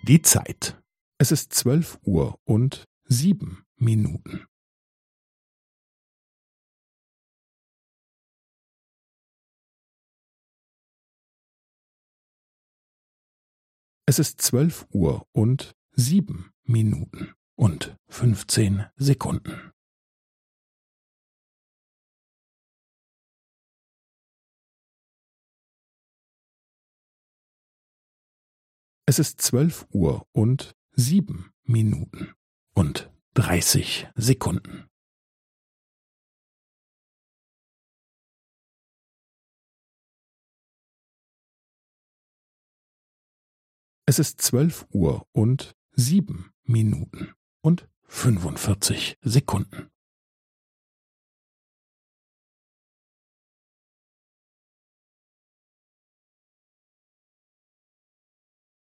Die Zeit. Es ist 12:07 Minuten. Es ist 12:07 Minuten und 15 Sekunden. Es ist 12:07 Minuten und 30 Sekunden. Es ist 12:07 Minuten und 45 Sekunden.